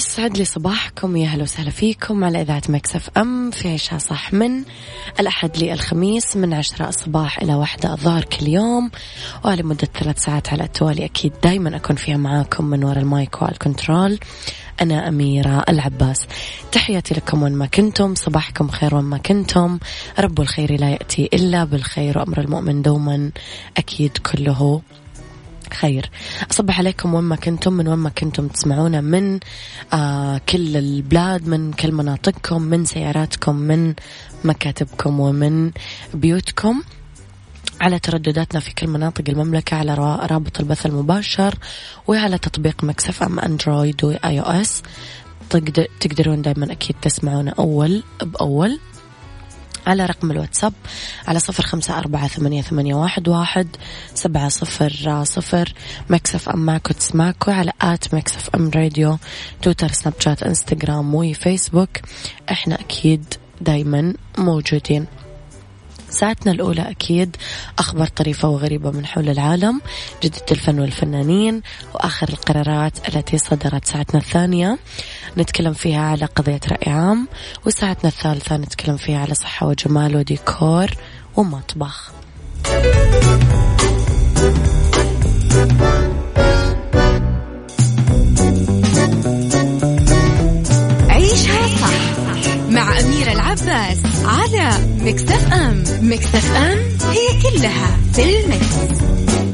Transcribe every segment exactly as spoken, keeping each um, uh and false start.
يسعد لي صباحكم، يا هلا وسهلا فيكم على إذاعة مكسف أم في عيشها صح من الأحد للخميس من عشرة الصباح إلى واحدة الظهر كل يوم، ولمدة ثلاث ساعات على التوالي. أكيد دايما أكون فيها معاكم من وراء المايك والكنترول. أنا أميرة العباس، تحياتي لكم وين ما كنتم، صباحكم خير وين ما كنتم، رب الخير لا يأتي إلا بالخير، وأمر المؤمن دوما أكيد كله خير. أصبح عليكم وين ما كنتم، من وين ما كنتم تسمعونا، من آه كل البلاد، من كل مناطقكم، من سياراتكم، من مكاتبكم، ومن بيوتكم، على تردداتنا في كل مناطق المملكة، على رابط البث المباشر، وعلى تطبيق مكسف أم أندرويد وآي أو إس. تقدرون دايما أكيد تسمعونا أول بأول على رقم الواتساب على صفر خمسة أربعة ثمانية ثمانية واحد واحد سبعة صفر صفر. مكسف أم معكو تسمعكو على آت مكسف أم راديو، تويتر، سناب شات، إنستغرام وفيسبوك. إحنا أكيد دايما موجودين. ساعتنا الأولى أكيد أخبار طريفة وغريبة من حول العالم، جديد الفن والفنانين، وآخر القرارات التي صدرت. ساعتنا الثانية نتكلم فيها على قضية رأي عام، وساعتنا الثالثة نتكلم فيها على صحة وجمال وديكور ومطبخ. عيشها صح مع أميرة العباس على مكسف أم. مكسف أم هي كلها في المكس.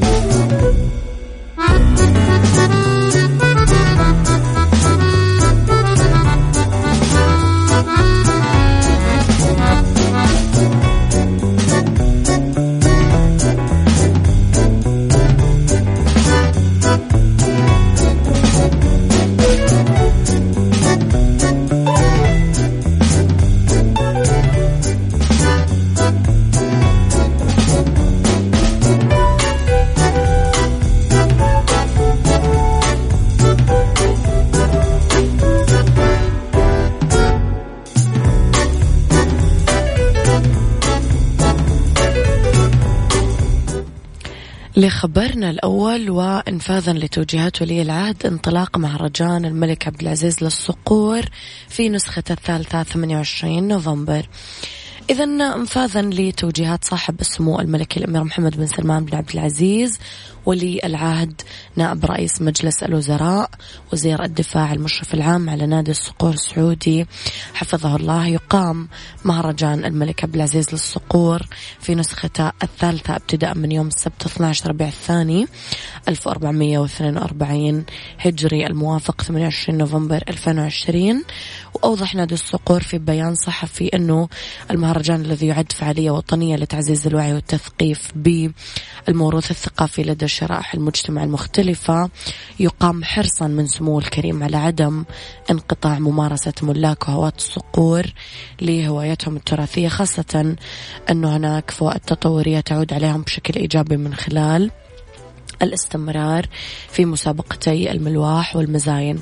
لخبرنا الأول، وإنفاذا لتوجيهات ولي العهد، انطلاق مهرجان الملك عبد العزيز للصقور في نسخة الثالثة ثمانية وعشرين نوفمبر. إذن انفاذا لتوجيهات صاحب السمو الملكي الأمير محمد بن سلمان بن عبد العزيز ولي العهد نائب رئيس مجلس الوزراء وزير الدفاع المشرف العام على نادي الصقور السعودي حفظه الله، يقام مهرجان الملك عبد العزيز للصقور في نسخته الثالثة ابتداء من يوم السبت اثني عشر ربيع الثاني ألف وأربعمائة واثنين وأربعين هجري الموافق ثمانية وعشرين نوفمبر ألفين وعشرين. وأوضح نادي الصقور في بيان صحفي أنه المهرجان الذي يعد فعالية وطنية لتعزيز الوعي والتثقيف بالموروث الثقافي لدى شرائح المجتمع المختلفة، يقام حرصا من سموه الكريم على عدم انقطاع ممارسة ملاك وهواة الصقور لهوايتهم التراثية، خاصة أنه هناك فوائد تطورية تعود عليهم بشكل إيجابي من خلال الاستمرار في مسابقتي الملواح والمزاين.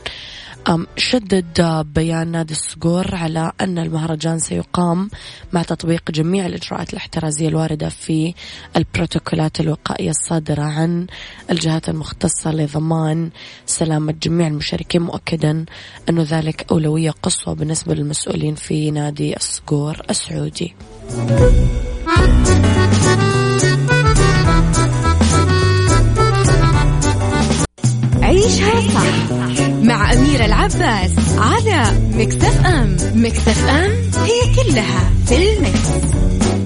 شدد بيان نادي الصقور على أن المهرجان سيقام مع تطبيق جميع الإجراءات الاحترازية الواردة في البروتوكولات الوقائية الصادرة عن الجهات المختصة لضمان سلامة جميع المشاركين، مؤكدا أن ذلك أولوية قصوى بالنسبة للمسؤولين في نادي الصقور السعودي. عيشها صح مع أميرة العباس على مكسف أم. مكسف أم هي كلها في المكس.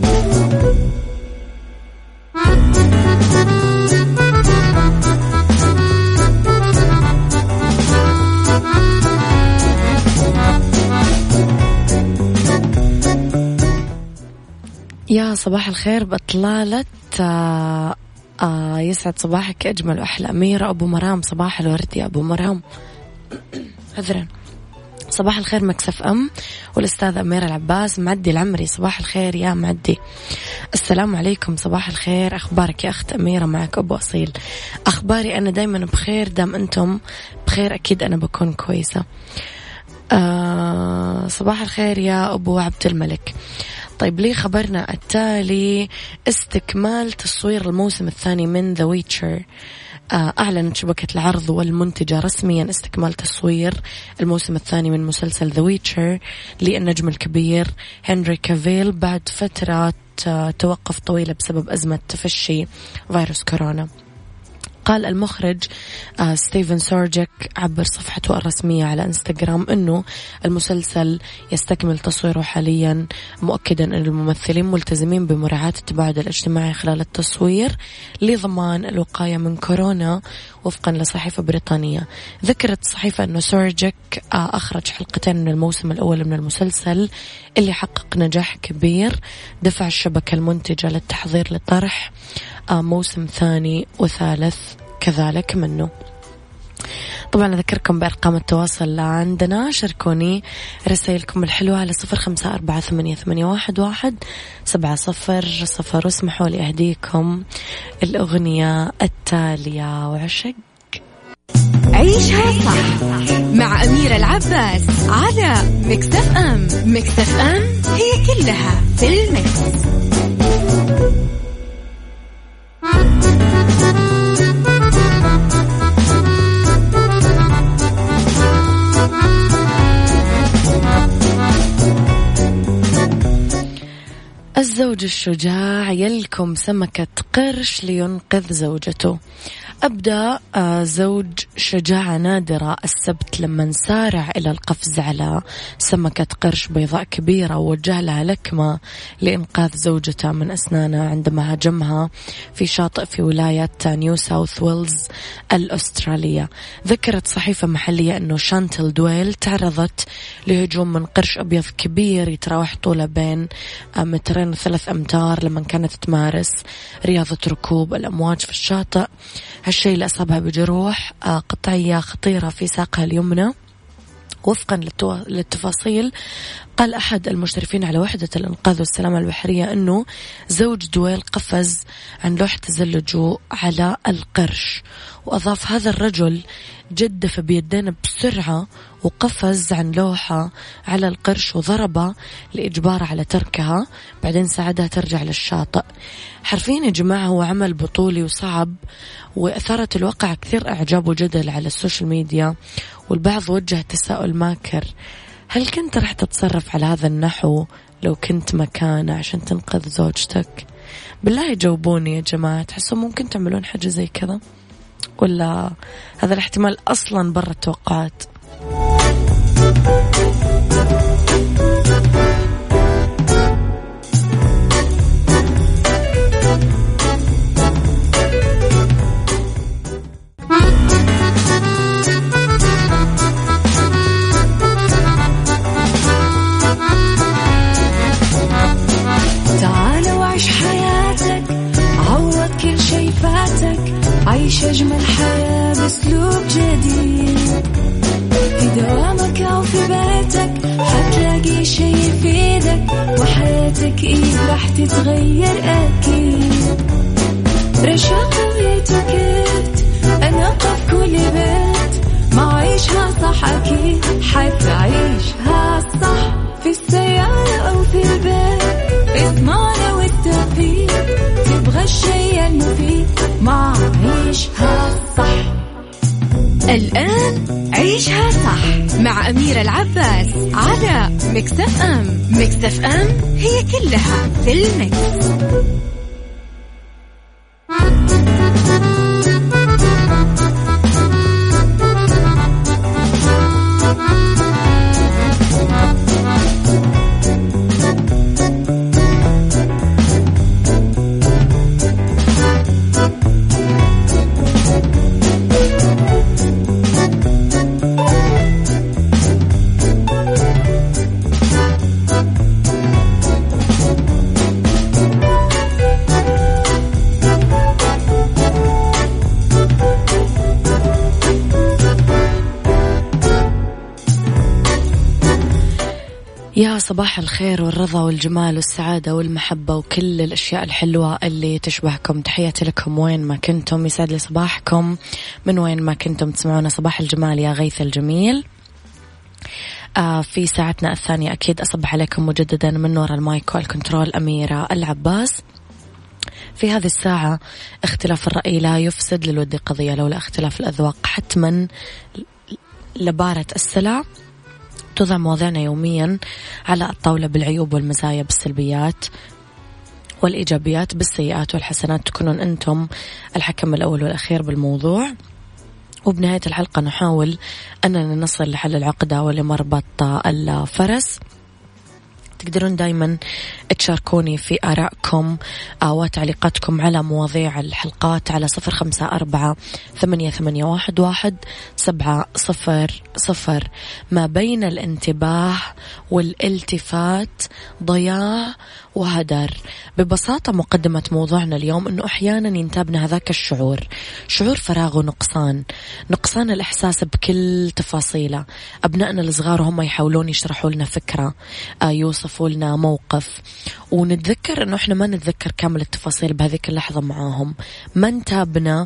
يا صباح الخير بطلالة آه آه يسعد صباحك أجمل وأحلى أميرة أبو مرام. صباح الورد يا أبو مرام. عذرا. صباح الخير مكسف أم والأستاذة أميرة العباس. معدي العمري صباح الخير يا معدي. السلام عليكم صباح الخير. أخبارك يا أخت أميرة؟ معك أبو أصيل. أخباري أنا دايما بخير، دام أنتم بخير أكيد أنا بكون كويسة. آه صباح الخير يا أبو عبد الملك. طيب لي خبرنا التالي: استكمال تصوير الموسم الثاني من The Witcher أعلنت شبكة العرض والمنتجة رسميا استكمال تصوير الموسم الثاني من مسلسل ذا ويتشر للنجم الكبير هنري كافيل بعد فترة توقف طويلة بسبب أزمة تفشي فيروس كورونا. قال المخرج ستيفن سورجيك عبر صفحته الرسمية على انستغرام أنه المسلسل يستكمل تصويره حاليا، مؤكدا أن الممثلين ملتزمين بمراعاة التباعد الاجتماعي خلال التصوير لضمان الوقاية من كورونا وفقا لصحيفة بريطانية. ذكرت الصحيفة أنه سورجيك أخرج حلقتين من الموسم الأول من المسلسل اللي حقق نجاح كبير دفع الشبكة المنتجة للتحضير لطرح موسم ثاني وثالث كذلك منه. طبعا أذكركم بأرقام التواصل عندنا، شاركوني رسائلكم الحلوة على صفر خمسة أربعة ثمانية ثمانية واحد واحد سبعة صفر صفر، واسمحوا لي أهديكم الأغنية التالية وعشق. عيشها صح مع أميرة العباس على ميكس اف ام. ميكس اف ام هي كلها في الميكس. الزوج الشجاع يلكم سمكة قرش لينقذ زوجته. أبدأ زوج شجاعة نادرة السبت لما سارع إلى القفز على سمكة قرش بيضاء كبيرة ووجه لها لكمة لإنقاذ زوجته من أسنانها عندما هاجمها في شاطئ في ولاية نيو ساوث ويلز الأسترالية. ذكرت صحيفة محلية أنه شانتل دويل تعرضت لهجوم من قرش أبيض كبير يتراوح طوله بين مترين وثلاث أمتار لما كانت تمارس رياضة ركوب الأمواج في الشاطئ. هالشيء اللي أصابها بجروح قطعية خطيرة في ساقها اليمنى. وفقا للتفاصيل قال أحد المشرفين على وحدة الإنقاذ والسلامة البحرية أنه زوج دويل قفز عن لوح تزلجه على القرش، وأضاف هذا الرجل جدف بيدينا بسرعة وقفز عن لوحة على القرش وضربه لإجباره على تركها، بعدين ساعدها ترجع للشاطئ. حرفيا يا جماعة هو عمل بطولي وصعب، وأثارت الواقع كثير إعجاب وجدل على السوشيال ميديا، والبعض وجه تساؤل ماكر: هل كنت رح تتصرف على هذا النحو لو كنت مكانه عشان تنقذ زوجتك؟ بالله جاوبوني يا جماعة، تحسوا ممكن تعملون حاجة زي كذا ولا هذا الاحتمال أصلا برا التوقعات؟ عيش أجمل حياة بأسلوب جديد في دوامك أو في بيتك، حتلاقي شي يفيدك وحياتك إيه راح تتغير أكيد. رشاق ويتوكيت أنا قف كل بيت ما عيشها صح أكيد حتعيشها صح، في السيارة أو في البيت اسمعنا والتوفيق، تبغى الشي المفيد ما عيشها صح. الآن عيشها صح مع أميرة العباس على ميكس اف ام. ميكس اف ام هي كلها في الميكس. يا صباح الخير والرضا والجمال والسعادة والمحبة وكل الأشياء الحلوة اللي تشبهكم. تحياتي لكم وين ما كنتم، يسعد لي صباحكم من وين ما كنتم تسمعونا. صباح الجمال يا غيث الجميل. آه في ساعتنا الثانية أكيد أصبح عليكم مجددا من نور المايك والكنترول أميرة العباس. في هذه الساعة اختلاف الرأي لا يفسد للود قضية، لولا اختلاف الأذواق حتما لبارة السلع. توضع مواضيعنا يوميا على الطاولة بالعيوب والمزايا، بالسلبيات والإيجابيات، بالسيئات والحسنات. تكونون أنتم الحكم الأول والأخير بالموضوع. وبنهاية الحلقة نحاول أننا نصل لحل العقدة ولمربط الفرس. تقدرون دايما تشاركوني في آرائكم وتعليقاتكم على مواضيع الحلقات على صفر خمسة أربعة ثمانية ثمانية واحد واحد سبعة صفر صفر. ما بين الانتباه والالتفات ضياع وهدر. ببساطة مقدمة موضوعنا اليوم أنه أحيانا ينتابنا هذاك الشعور، شعور فراغ ونقصان، نقصان الإحساس بكل تفاصيله. أبنائنا الصغار هم يحاولون يشرحوا لنا فكرة، يوصفوا لنا موقف، ونتذكر أنه إحنا ما نتذكر كامل التفاصيل بهذيك اللحظة معاهم. ما انتابنا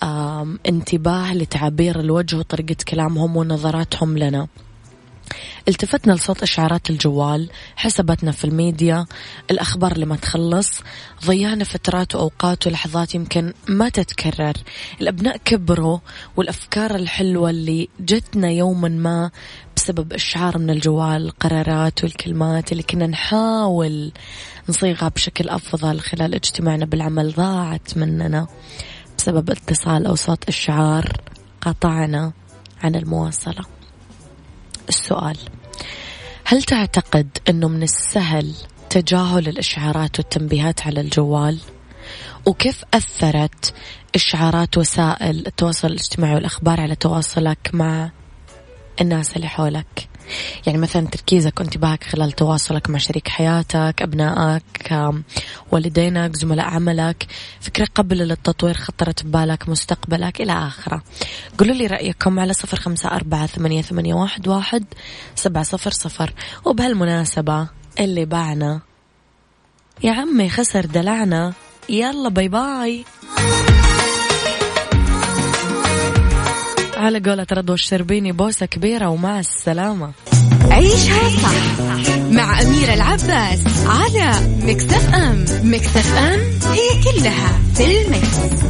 انتباه لتعابير الوجه وطريقة كلامهم ونظراتهم لنا. التفتنا لصوت إشعارات الجوال، حساباتنا في الميديا، الأخبار اللي ما تخلص. ضيعنا فترات وأوقات ولحظات يمكن ما تتكرر. الأبناء كبروا والأفكار الحلوة اللي جتنا يوما ما بسبب إشعار من الجوال، القرارات والكلمات اللي كنا نحاول نصيغها بشكل أفضل خلال اجتماعنا بالعمل ضاعت مننا بسبب اتصال أو صوت إشعار قطعنا عن المواصلة. السؤال: هل تعتقد أنه من السهل تجاهل الإشعارات والتنبيهات على الجوال؟ وكيف أثرت إشعارات وسائل التواصل الاجتماعي والأخبار على تواصلك مع الناس اللي حولك؟ يعني مثلا تركيزك وانتباهك خلال تواصلك مع شريك حياتك، أبنائك، والدينك، زملاء عملك، فكرة قبل للتطوير خطرت ببالك، مستقبلك إلى آخره. قولوا لي رأيكم على صفر خمسة أربعة ثمانية ثمانية واحد واحد سبعة صفر صفر. وبهالمناسبة اللي باعنا يا عمي خسر دلعنا، يلا باي باي. على قولة رضوى الشربيني بوسة كبيرة ومع السلامة. عيشها صح مع أميرة العباس على ميكس اف ام. ميكس اف ام هي كلها في الميكس.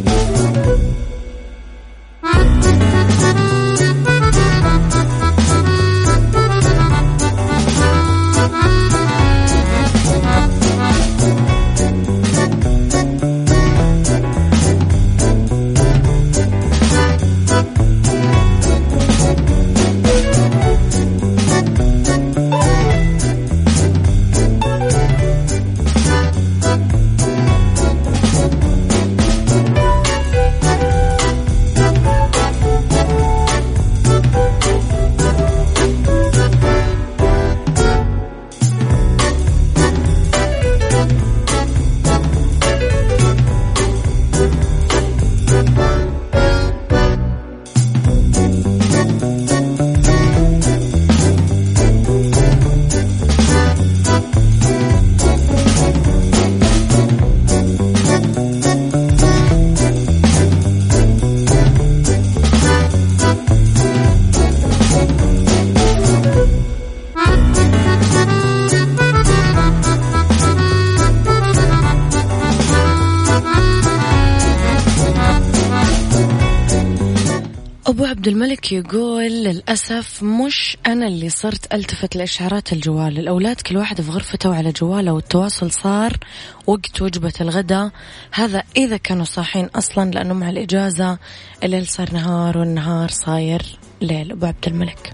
أبو عبد الملك يقول للأسف مش أنا اللي صرت ألتفت لإشعارات الجوال، الأولاد كل واحد في غرفته وعلى جواله، والتواصل صار وقت وجبة الغداء، هذا إذا كانوا صاحين أصلا، لأنه مع الإجازة الليل صار نهار والنهار صاير ليل. أبو عبد الملك،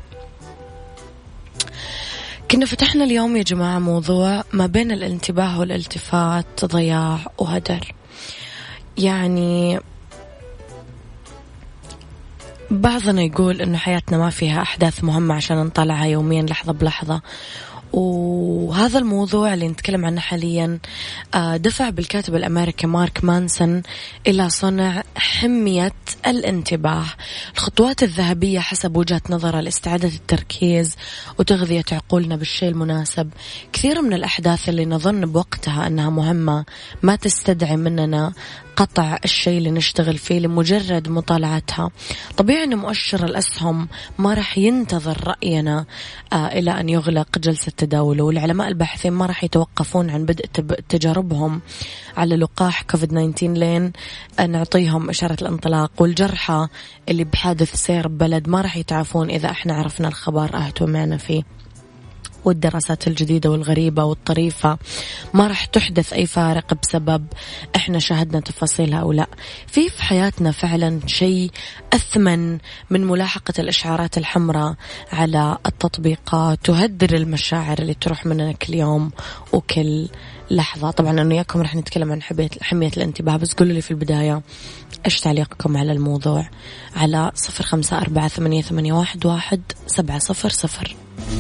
كنا فتحنا اليوم يا جماعة موضوع ما بين الانتباه والالتفات ضياع وهدر. يعني بعضنا يقول إنه حياتنا ما فيها أحداث مهمة عشان نطلعها يوميا لحظة بلحظة، وهذا الموضوع اللي نتكلم عنه حاليا دفع بالكاتب الأمريكي مارك مانسون إلى صنع حمية الانتباه، الخطوات الذهبية حسب وجهة نظره لاستعادة التركيز وتغذية عقولنا بالشيء المناسب. كثير من الأحداث اللي نظن بوقتها أنها مهمة ما تستدعي مننا قطع الشيء اللي نشتغل فيه لمجرد مطالعتها. طبيعي أن مؤشر الأسهم ما رح ينتظر رأينا آه إلى أن يغلق جلسة تداوله، والعلماء الباحثين ما راح يتوقفون عن بدء تجاربهم على لقاح كوفيد تسعة عشر لين نعطيهم إشارة الانطلاق، والجرحى اللي بحادث سير ببلد ما راح يتعافون إذا احنا عرفنا الخبر أهتوا معنا فيه. والدراسات الجديدة والغريبة والطريفة ما راح تحدث أي فارق بسبب إحنا شاهدنا تفاصيلها أو لا. في في حياتنا فعلا شيء أثمن من ملاحقة الإشعارات الحمراء على التطبيقات تهدر المشاعر اللي تروح مننا كل يوم وكل لحظة. طبعا أنه ياكم راح نتكلم عن حمية الانتباه، بس قولوا لي في البداية إيش تعليقكم على الموضوع على صفر خمسة أربعة ثمانية ثمانية واحد واحد سبعة صفر صفر.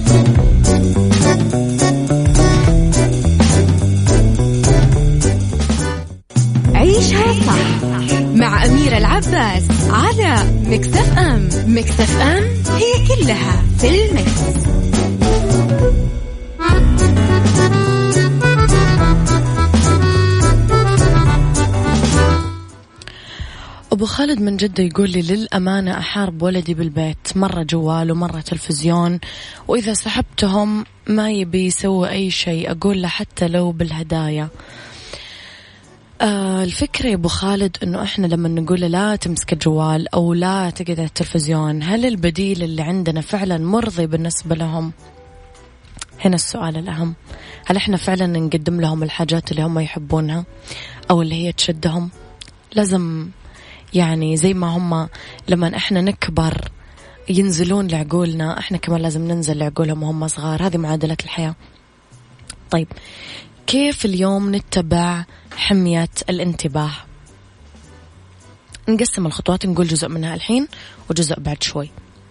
عيشها صح مع أميرة العباس على ميكس اف ام. ميكس اف ام هي كلها في الميكس. أبو خالد من جدة يقول لي للأمانة أحارب ولدي بالبيت، مرة جوال ومرة تلفزيون، وإذا سحبتهم ما يبي يسوي أي شيء، أقول له حتى لو بالهدايا. آه الفكرة يا أبو خالد أنه إحنا لما نقول لا تمسك الجوال أو لا تقعد على التلفزيون، هل البديل اللي عندنا فعلا مرضي بالنسبة لهم؟ هنا السؤال الأهم، هل إحنا فعلا نقدم لهم الحاجات اللي هم يحبونها أو اللي هي تشدهم؟ لازم يعني زي ما هم لما إحنا نكبر ينزلون لعقولنا، إحنا كمان لازم ننزل لعقولهم وهم صغار. هذه معادلة الحياة. طيب كيف اليوم نتبع حمية الانتباه؟ نقسم الخطوات، نقول جزء منها الحين وجزء بعد شوي.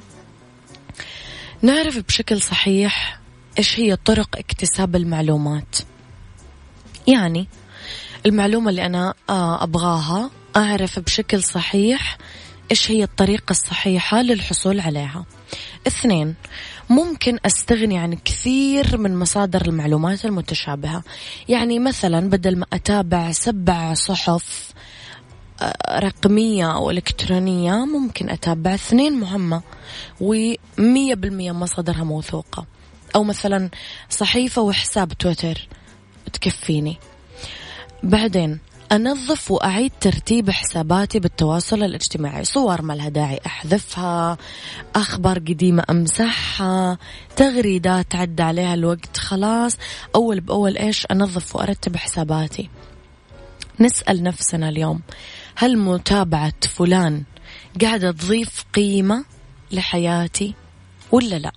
نعرف بشكل صحيح إيش هي طرق اكتساب المعلومات. يعني المعلومة اللي أنا أبغاها أعرف بشكل صحيح إيش هي الطريقة الصحيحة للحصول عليها. اثنين، ممكن أستغني عن كثير من مصادر المعلومات المتشابهة. يعني مثلا بدل ما أتابع سبع صحف رقمية أو إلكترونية، ممكن أتابع اثنين مهمة ومية بالمية مصادرها موثوقة، أو مثلا صحيفة وحساب تويتر تكفيني. بعدين أنظف وأعيد ترتيب حساباتي بالتواصل الاجتماعي، صور ما لها داعي أحذفها، أخبار قديمة أمسحها، تغريدات عدى عليها الوقت خلاص، أول بأول إيش أنظف وأرتب حساباتي. نسأل نفسنا اليوم، هل متابعة فلان قاعدة تضيف قيمة لحياتي ولا لا؟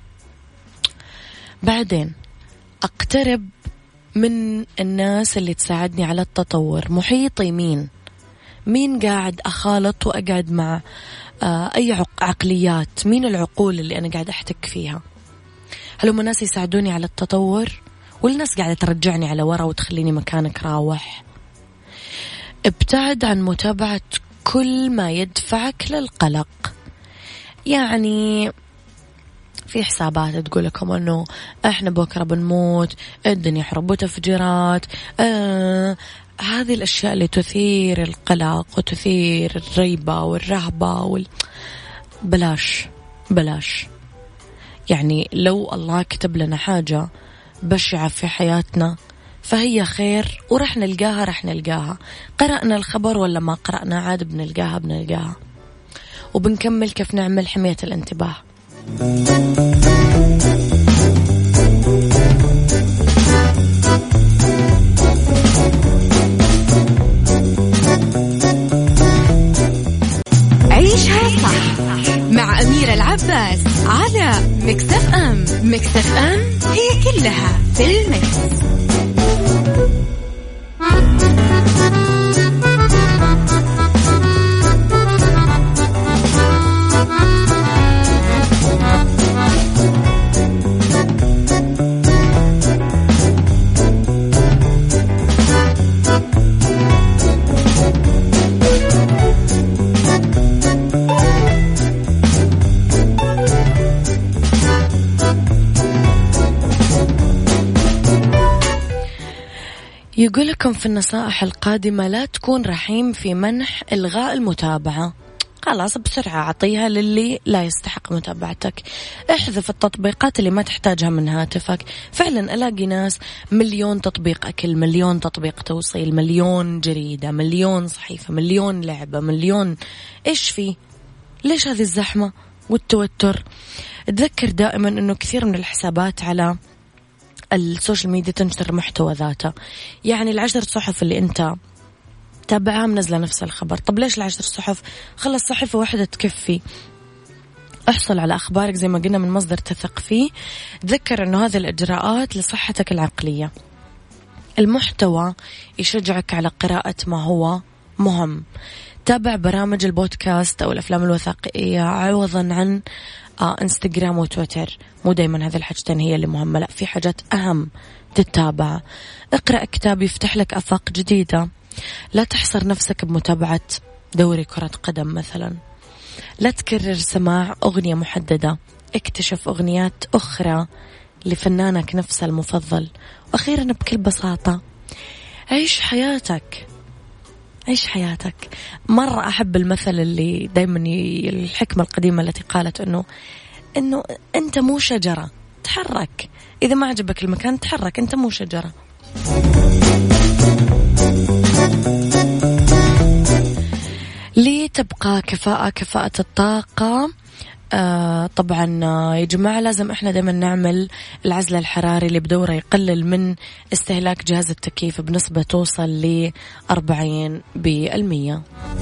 بعدين أقترب من الناس اللي تساعدني على التطور. محيطي مين؟ مين قاعد أخالط وأقعد مع آه أي عقليات؟ مين العقول اللي أنا قاعد أحتك فيها؟ هل هم ناس يساعدوني على التطور ولا ناس قاعدة ترجعني على ورا وتخليني مكانك راوح؟ ابتعد عن متابعة كل ما يدفعك للقلق. يعني في حسابات تقول لكم أنه إحنا بكرة بنموت، الدنيا حرب وتفجيرات، آه هذه الأشياء اللي تثير القلق وتثير الريبة والرهبة وال... بلاش بلاش. يعني لو الله كتب لنا حاجة بشعة في حياتنا فهي خير ورح نلقاها رح نلقاها، قرأنا الخبر ولا ما قرأنا عاد بنلقاها بنلقاها. وبنكمل كيف نعمل حماية الانتباه. عيشها صح مع أميرة العباس على ميكس اف ام. ميكس اف ام هي كلها في الميكس. يقول لكم في النصائح القادمة لا تكون رحيم في منح إلغاء المتابعة. خلاص بسرعة أعطيها للي لا يستحق متابعتك. احذف التطبيقات اللي ما تحتاجها من هاتفك. فعلا ألاقي ناس مليون تطبيق أكل، مليون تطبيق توصيل، مليون جريدة، مليون صحيفة، مليون لعبة، مليون. إيش فيه؟ ليش هذه الزحمة والتوتر؟ تذكر دائما أنه كثير من الحسابات على السوشيال ميديا تنشر محتوى ذاته. يعني العشر صحف اللي أنت تابعها منزلة نفس الخبر. طب ليش العشر صحف؟ خلص صحيفة واحدة تكفي. احصل على أخبارك زي ما قلنا من مصدر تثق فيه. تذكر أنه هذه الإجراءات لصحتك العقلية. المحتوى يشجعك على قراءة ما هو مهم. تابع برامج البودكاست أو الأفلام الوثائقية عوضا عن آه انستغرام وتويتر. مو دايما هذه الحاجتين هي اللي مهمة، لا، في حاجات أهم تتابع. اقرأ كتاب يفتح لك آفاق جديدة. لا تحصر نفسك بمتابعة دوري كرة قدم مثلا. لا تكرر سماع أغنية محددة. اكتشف أغنيات أخرى لفنانك نفسه المفضل. وأخيرا بكل بساطة عيش حياتك. عيش حياتك. مرة أحب المثل اللي دايما ي... الحكمة القديمة التي قالت أنه أنه أنت مو شجرة، تحرك. إذا ما عجبك المكان تحرك، أنت مو شجرة. لتبقى كفاءة كفاءة الطاقة. آه طبعا يا جماعة لازم احنا دائما نعمل العزل الحراري اللي بدوره يقلل من استهلاك جهاز التكييف بنسبة توصل ل أربعين بالمية.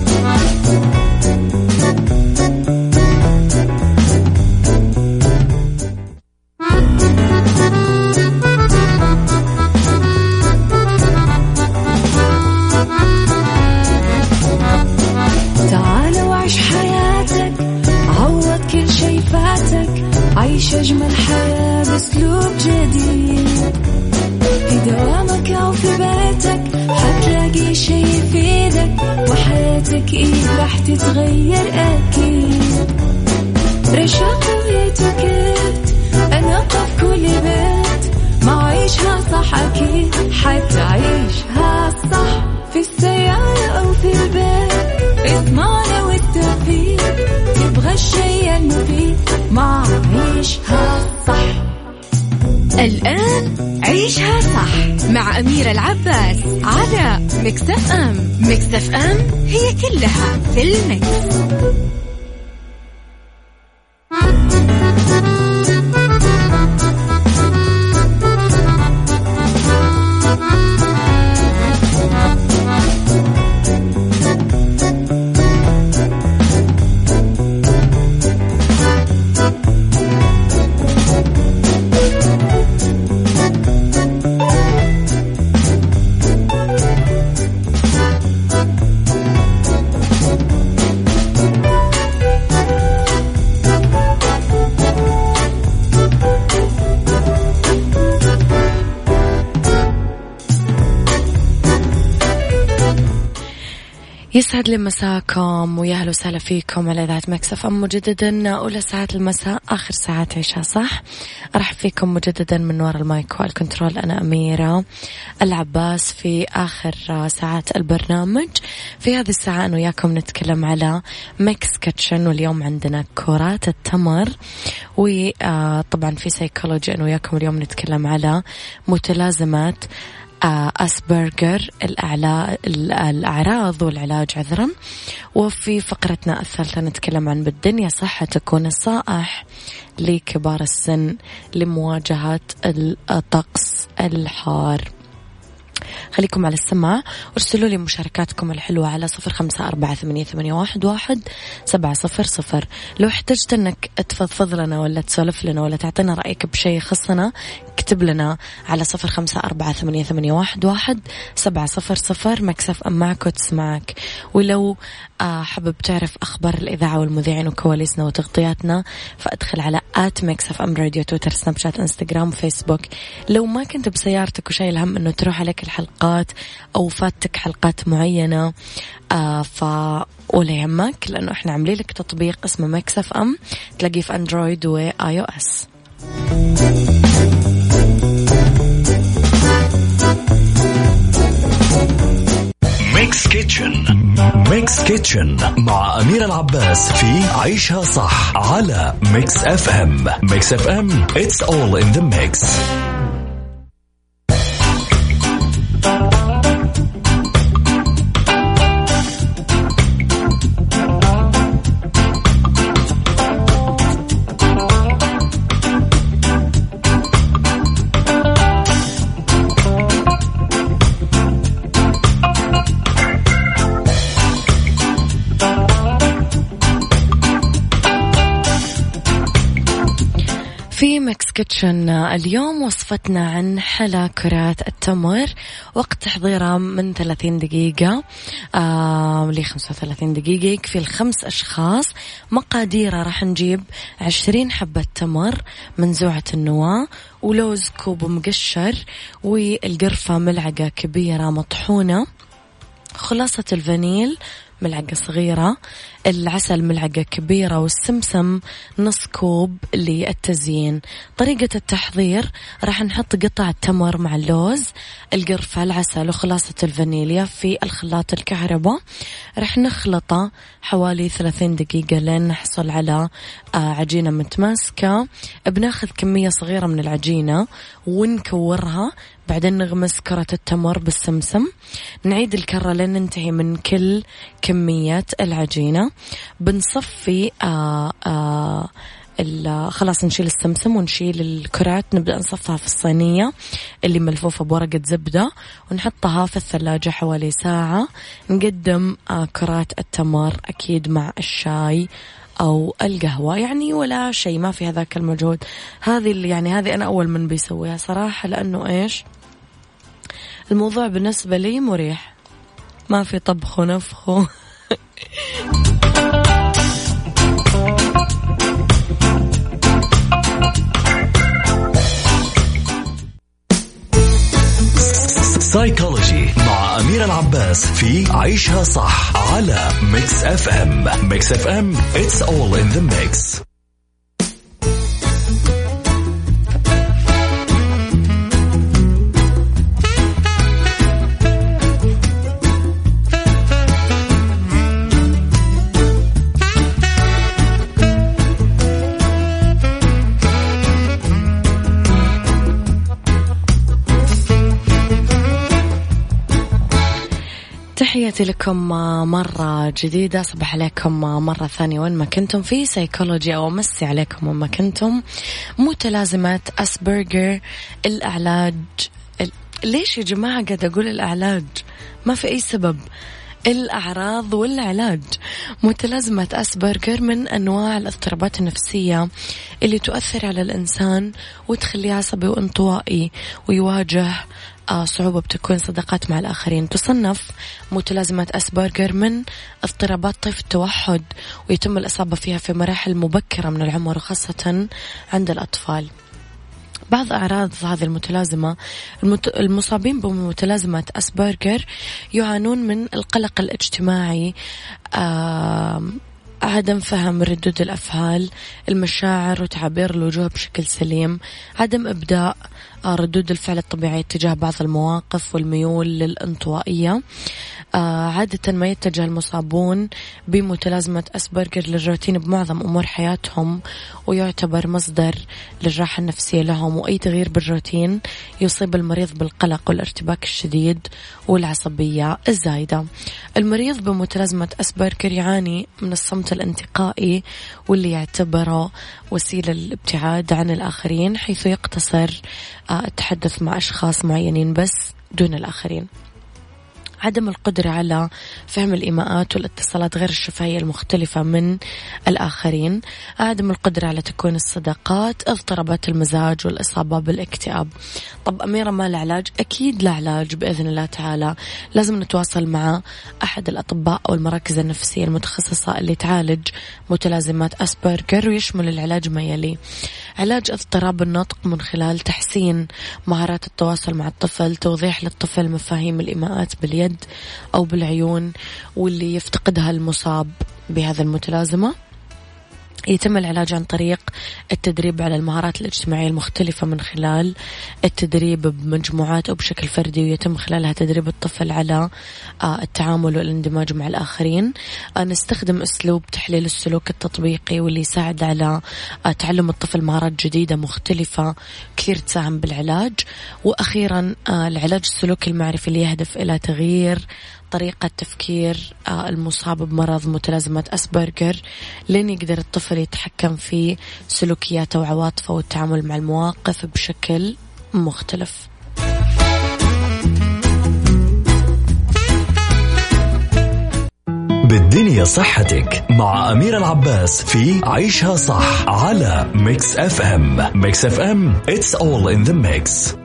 عيش أجمل حياة بأسلوب جديد. في دوامك أو في بيتك حتلاقي شي يفيدك، وحياتك إيه راح تتغير أكيد. رشاق ويتوكيت أنا قف كل بيت، ما عيشها صح أكيد حتعيشها صح. في السيارة أو في البيت اسمعنا والتوفيق، تبغى الشيء المفيد ما عيشها صح. الآن عيشها صح مع أميرة العباس على ميكس اف ام. ميكس اف ام هي كلها في الميكس. يسعد لي مساكم ويا اهلا وسهلا فيكم على إذاعة ميكس اف ام مجددا. أولى ساعات المساء آخر ساعات عيشها صح. أرحب فيكم مجددا من وراء المايك والكنترول. أنا أميرة العباس في آخر ساعات البرنامج. في هذه الساعة أنا وياكم نتكلم على ميكس كيتشن، واليوم عندنا كرات التمر. وطبعا في سيكولوجي أنا وياكم اليوم نتكلم على متلازمات أسبرجر، الأعراض والعلاج عذرا. وفي فقرتنا الثالثة نتكلم عن بالدنيا صحة تكون الصائح لكبار السن لمواجهة الطقس الحار. خليكم على السماع وارسلوا لي مشاركاتكم الحلوة على صفر خمسة أربعة ثمانية ثمانية واحد واحد سبعة صفر صفر. لو احتجت أنك تفضفض لنا ولا تسولف لنا ولا تعطينا رأيك بشيء يخصنا اكتب لنا على صفر خمسة أربعة ثمانية ثمانية واحد واحد سبعة صفر صفر. مكسف أم معك وتسمعك. ولو حابب تعرف أخبار الإذاعة والمذيعين وكواليسنا وتغطياتنا فأدخل على آت مكسف أم راديو، تويتر، سناب شات، إنستغرام، فيسبوك. لو ما كنت بسيارتك وشايل الهم أنه تروح عليك الحلقات أو فاتك حلقات معينة آه فا ولا يهمك، لأنه إحنا عاملين لك تطبيق اسمه مكسف أم تلاقيه في أندرويد وآي أو إس. ميكس ميكس كيتشن. ميكس كيتشن مع أميرة العباس في عيشها صح على ميكس اف ام. ميكس اف ام it's all in the mix. في ميكس كيتشن اليوم وصفتنا عن حلا كرات التمر، وقت تحضيرها من ثلاثين دقيقة آه ل خمسة وثلاثين دقيقة، يكفي الخمس أشخاص. مقاديرها راح نجيب عشرين حبة تمر منزوعة النواة، ولوز كوب مقشر، والقرفة ملعقة كبيرة مطحونة، خلاصة الفانيل ملعقة صغيرة، العسل ملعقة كبيرة، والسمسم نص كوب للتزيين. طريقة التحضير راح نحط قطع التمر مع اللوز، القرفة، العسل، وخلاصة الفانيليا في الخلاط الكهرباء. راح نخلطه حوالي ثلاثين دقيقة لين نحصل على عجينة متماسكة. بناخذ كمية صغيرة من العجينة ونكورها، بعدين نغمس كرة التمر بالسمسم، نعيد الكرة لين ننتهي من كل كمية العجينة. بنصفي آآ آآ خلاص نشيل السمسم ونشيل الكرات، نبدأ نصفها في الصينية اللي ملفوفة بورقة زبدة، ونحطها في الثلاجة حوالي ساعة. نقدم كرات التمر أكيد مع الشاي أو القهوة، يعني ولا شيء، ما في هذاك المجهود. هذه اللي يعني هذه أنا أول من بيسويها صراحة، لأنه إيش الموضوع بالنسبة لي مريح، ما في طبخ ونفخ. سايكولوجي مع أميرة العباس في عيشها صح على ميكس اف ام. ميكس اف ام it's all in the mix. تحياتي لكم مرة جديدة، صباح عليكم مرة ثانية وين ما كنتم في سايكولوجي، أو مسي عليكم وين ما كنتم. متلازمة أسبرجر، الأعلاج. ليش يا جماعة قاعد أقول الأعلاج؟ ما في أي سبب. الأعراض والعلاج. متلازمة أسبرجر من أنواع الاضطرابات النفسية اللي تؤثر على الإنسان وتخليه عصبي وانطوائي ويواجه صعوبة بتكوين صداقات مع الآخرين. تصنف متلازمة أسبرجر من اضطرابات طيف التوحد، ويتم الإصابة فيها في مراحل مبكرة من العمر، وخاصة عند الأطفال. بعض أعراض هذه المتلازمة، المصابين بمتلازمة أسبرجر يعانون من القلق الاجتماعي، عدم فهم ردود الأفعال، المشاعر وتعبير الوجوه بشكل سليم، عدم إبداء ردود الفعل الطبيعية تجاه بعض المواقف، والميول للانطوائية. عادة ما يتجه المصابون بمتلازمة أسبرجر للروتين بمعظم أمور حياتهم، ويعتبر مصدر للراحة النفسية لهم. وأي تغيير بالروتين يصيب المريض بالقلق والارتباك الشديد والعصبية الزايدة. المريض بمتلازمة أسبرجر يعاني من الصمت الانتقائي، واللي يعتبره وسيلة للابتعاد عن الآخرين، حيث يقتصر التحدث مع أشخاص معينين بس دون الآخرين. عدم القدرة على فهم الإيماءات والاتصالات غير الشفهية المختلفة من الآخرين، عدم القدرة على تكوين الصداقات، اضطرابات المزاج، والإصابة بالاكتئاب. طب أميرة، ما العلاج؟ أكيد لا علاج بإذن الله تعالى. لازم نتواصل مع أحد الأطباء أو المراكز النفسية المتخصصة اللي تعالج متلازمات أسبرجر، ويشمل العلاج ما يلي: علاج اضطراب النطق من خلال تحسين مهارات التواصل مع الطفل، توضيح للطفل مفاهيم الإيماءات باليد أو بالعيون واللي يفتقدها المصاب بهذا المتلازمة، يتم العلاج عن طريق التدريب على المهارات الاجتماعية المختلفة من خلال التدريب بمجموعات أو بشكل فردي، ويتم خلالها تدريب الطفل على التعامل والاندماج مع الآخرين. نستخدم أسلوب تحليل السلوك التطبيقي واللي يساعد على تعلم الطفل مهارات جديدة مختلفة كثير تساهم بالعلاج. وأخيرا العلاج السلوكي المعرفي اللي يهدف إلى تغيير طريقة تفكير المصاب بمرض متلازمة أسبرغر لين يقدر الطفل يتحكم في سلوكياته وعواطفه والتعامل مع المواقف بشكل مختلف. بالدنيا صحتك مع أميرة العباس في عيشها صح على ميكس اف ام. ميكس اف ام it's all in the mix.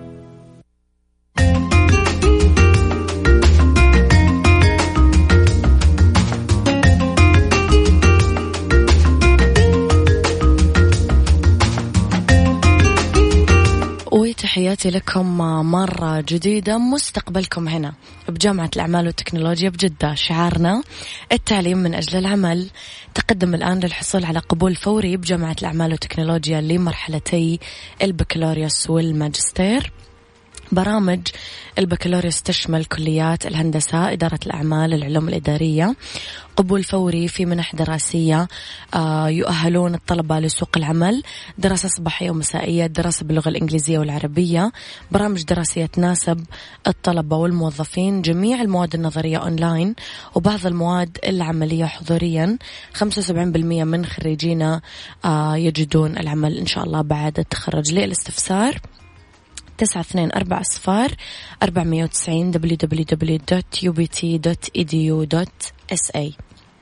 تحياتي لكم مرة جديدة. مستقبلكم هنا بجامعة الأعمال والتكنولوجيا بجدة، شعارنا التعليم من أجل العمل. تقدم الآن للحصول على قبول فوري بجامعة الأعمال والتكنولوجيا لمرحلتي البكالوريوس والماجستير. برامج البكالوريوس تشمل كليات الهندسة، إدارة الأعمال، العلوم الإدارية. قبول فوري في منح دراسية يؤهلون الطلبة لسوق العمل، دراسة صباحية ومسائية، دراسة باللغة الإنجليزية والعربية. برامج دراسية تناسب الطلبة والموظفين، جميع المواد النظرية أونلاين وبعض المواد العملية حضوريا. خمسة وسبعين بالمئة من خريجينا يجدون العمل إن شاء الله بعد التخرج. للاستفسار تسعة اثنين أربعة صفار أربعمية وتسعين دبليو دبليو دبليو دوت يو بي تي دوت إي دي يو دوت إس إيه.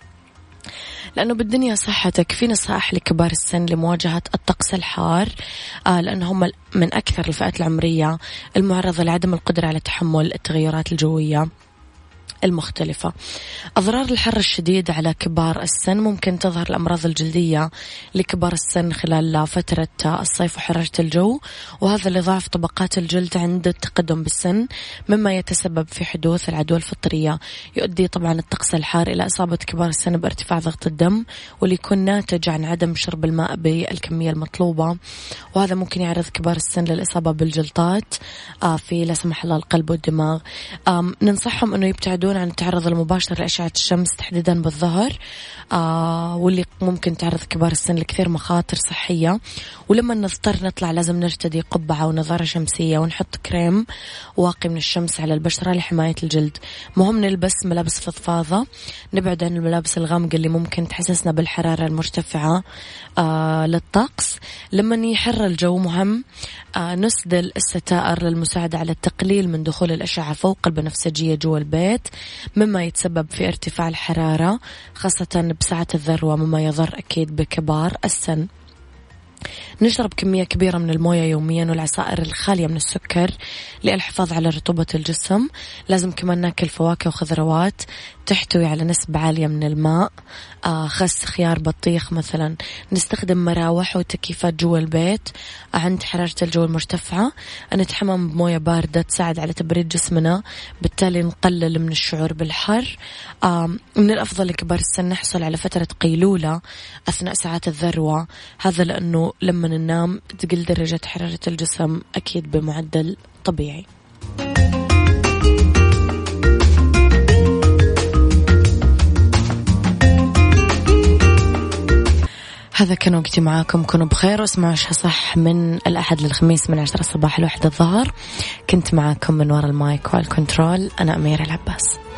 لأنه بالدنيا صحتك في نصائح لكبار السن لمواجهة الطقس الحار، آه لأنهم من أكثر الفئات العمرية المعرضة لعدم القدرة على تحمل التغيرات الجوية المختلفة. أضرار الحر الشديد على كبار السن: ممكن تظهر الأمراض الجلدية لكبار السن خلال فترة الصيف وحرارة الجو، وهذا لضعف طبقات الجلد عند التقدم بالسن، مما يتسبب في حدوث العدوى الفطرية. يؤدي طبعا الطقس الحار إلى إصابة كبار السن بارتفاع ضغط الدم، واللي يكون ناتج عن عدم شرب الماء بالكمية المطلوبة، وهذا ممكن يعرض كبار السن للإصابة بالجلطات في لا سمح الله القلب والدماغ. ننصحهم أنه يبتعدون عن التعرض المباشر لأشعة الشمس تحديدا بالظهر، آه واللي ممكن تعرض كبار السن لكثير مخاطر صحية. ولما نضطر نطلع لازم نرتدي قبعة ونظارة شمسية ونحط كريم واقي من الشمس على البشرة لحماية الجلد. مهم نلبس ملابس فضفاضة، نبعد عن الملابس الغامقة اللي ممكن تحسسنا بالحرارة المرتفعة آه للطقس. لما يحر الجو مهم آه نسدل الستائر للمساعدة على التقليل من دخول الأشعة فوق البنفسجية جوا البيت، مما يتسبب في ارتفاع الحرارة خاصة بساعة الذروة، مما يضر أكيد بكبار السن. نشرب كمية كبيرة من الموية يوميا والعصائر الخالية من السكر للحفاظ على رطوبة الجسم. لازم كمان ناكل فواكه وخضروات تحتوي على نسبة عالية من الماء، آه خس، خيار، بطيخ مثلا. نستخدم مراوح وتكييفات جوا البيت عند حرارة الجو المرتفعة. نتحمم بموية باردة تساعد على تبريد جسمنا، بالتالي نقلل من الشعور بالحر. آه من الأفضل لكبار السن نحصل على فترة قيلولة أثناء ساعات الذروة، هذا لأنه لما ننام تقل درجة حرارة الجسم أكيد بمعدل طبيعي. هذا كان وقتي معاكم، كونوا بخير واسمعوا عيشها صح من الأحد للخميس من عشرة الصباح لواحدة الظهر. كنت معاكم من وراء المايك والكنترول أنا أميرة العباس.